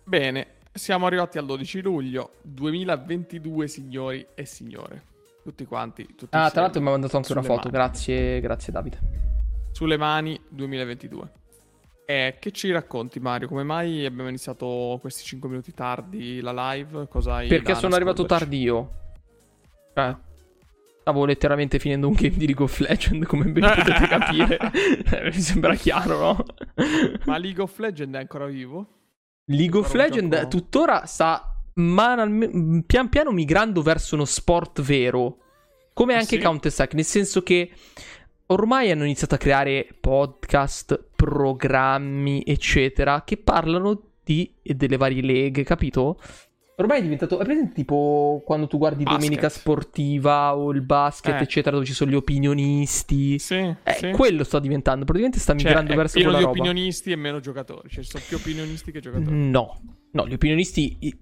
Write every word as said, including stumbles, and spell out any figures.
Bene, siamo arrivati al dodici luglio duemilaventidue, signori e signore. Tutti quanti. Tutti Ah, tra l'altro mi ha mandato anche una foto. mani. Grazie, grazie Davide. Sulle mani duemilaventidue. E che ci racconti, Mario? Come mai abbiamo iniziato questi cinque minuti tardi la live? Cosa hai Perché da sono arrivato nasconderci? tardio. Eh. Stavo letteralmente finendo un game di League of Legends, come ben potete capire. Mi sembra chiaro, no? Ma League of Legends è ancora vivo? League of Ancora un Legends gioco- tuttora sta man- pian piano migrando verso uno sport vero. Come Ah, anche sì? Counter-Strike, nel senso che ormai hanno iniziato a creare podcast, programmi, eccetera, che parlano di delle varie leghe, capito? Ormai è diventato. È presente tipo quando tu guardi Basket. Domenica Sportiva o il basket, Eh. eccetera, dove ci sono gli opinionisti. Sì, Eh, sì. quello sta diventando. Praticamente sta Cioè, migrando è verso pieno quella di roba. opinionisti e meno giocatori. Cioè, ci sono più opinionisti che giocatori. No, no, gli opinionisti i-